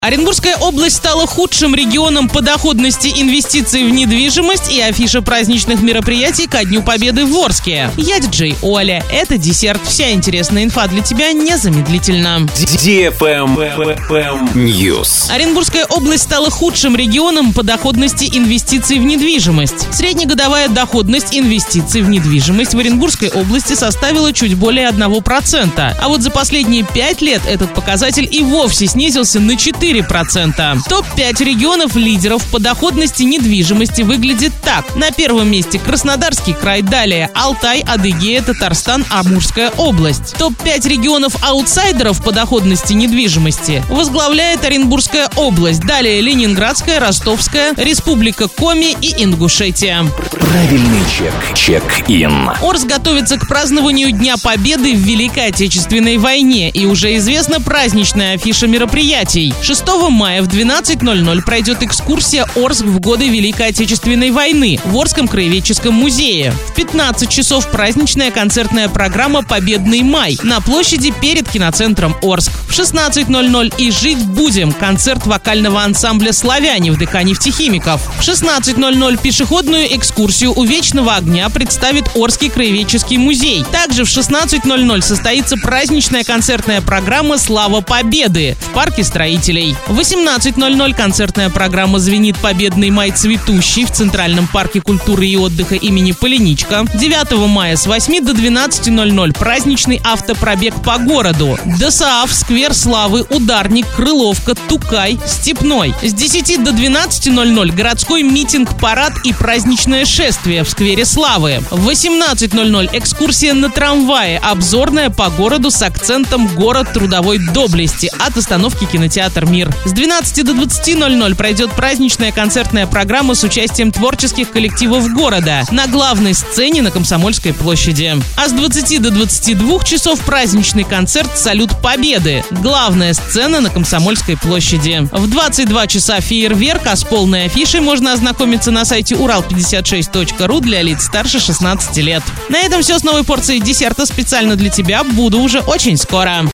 Оренбургская область стала худшим регионом по доходности инвестиций в недвижимость, и афиша праздничных мероприятий ко Дню Победы в Орске. Я диджей Оля. Это десерт. Вся интересная инфа для тебя незамедлительно. News. Оренбургская область стала худшим регионом по доходности инвестиций в недвижимость. Среднегодовая доходность инвестиций в недвижимость в Оренбургской области составила чуть более 1%. А вот за последние 5 лет этот показатель и вовсе снизился на 4%. Топ-5 регионов-лидеров по доходности недвижимости выглядит так. На первом месте Краснодарский край, далее Алтай, Адыгея, Татарстан, Амурская область. Топ-5 регионов-аутсайдеров по доходности недвижимости возглавляет Оренбургская область, далее Ленинградская, Ростовская, Республика Коми и Ингушетия. Правильный чек. Чек-ин. Орск готовится к празднованию Дня Победы в Великой Отечественной войне, и уже известна праздничная афиша мероприятий. 6 мая в 12:00 пройдет экскурсия «Орск в годы Великой Отечественной войны» в Орском краеведческом музее. В 15 часов праздничная концертная программа «Победный май» на площади перед киноцентром Орск. В 16:00 «И жить будем» — концерт вокального ансамбля «Славяне» в ДК «Нефтехимиков». В 16:00 пешеходную экскурсию у Вечного огня представит Орский краеведческий музей. Также в 16:00 состоится праздничная концертная программа «Слава Победы» в парке строителей. В 18:00 концертная программа «Звенит Победный май цветущий» в Центральном парке культуры и отдыха имени Полиничка. 9 мая с 8 до 12:00 праздничный автопробег по городу. ДОСААФ, Сквер Славы, Ударник, Крыловка, Тукай, Степной. С 10 до 12:00 городской митинг-парад и праздничное шествие в Сквере Славы. В 18:00 экскурсия на трамвае, обзорная по городу с акцентом «Город трудовой доблести» от остановки кинотеатр «Мир». С 12 до 20:00 пройдет праздничная концертная программа с участием творческих коллективов города на главной сцене на Комсомольской площади. А с 20 до 22 часов праздничный концерт «Салют Победы». Главная сцена на Комсомольской площади. В 22 часа фейерверк, а с полной афишей можно ознакомиться на сайте урал56.ру для лиц старше 16 лет. На этом все с новой порцией десерта специально для тебя. Буду уже очень скоро.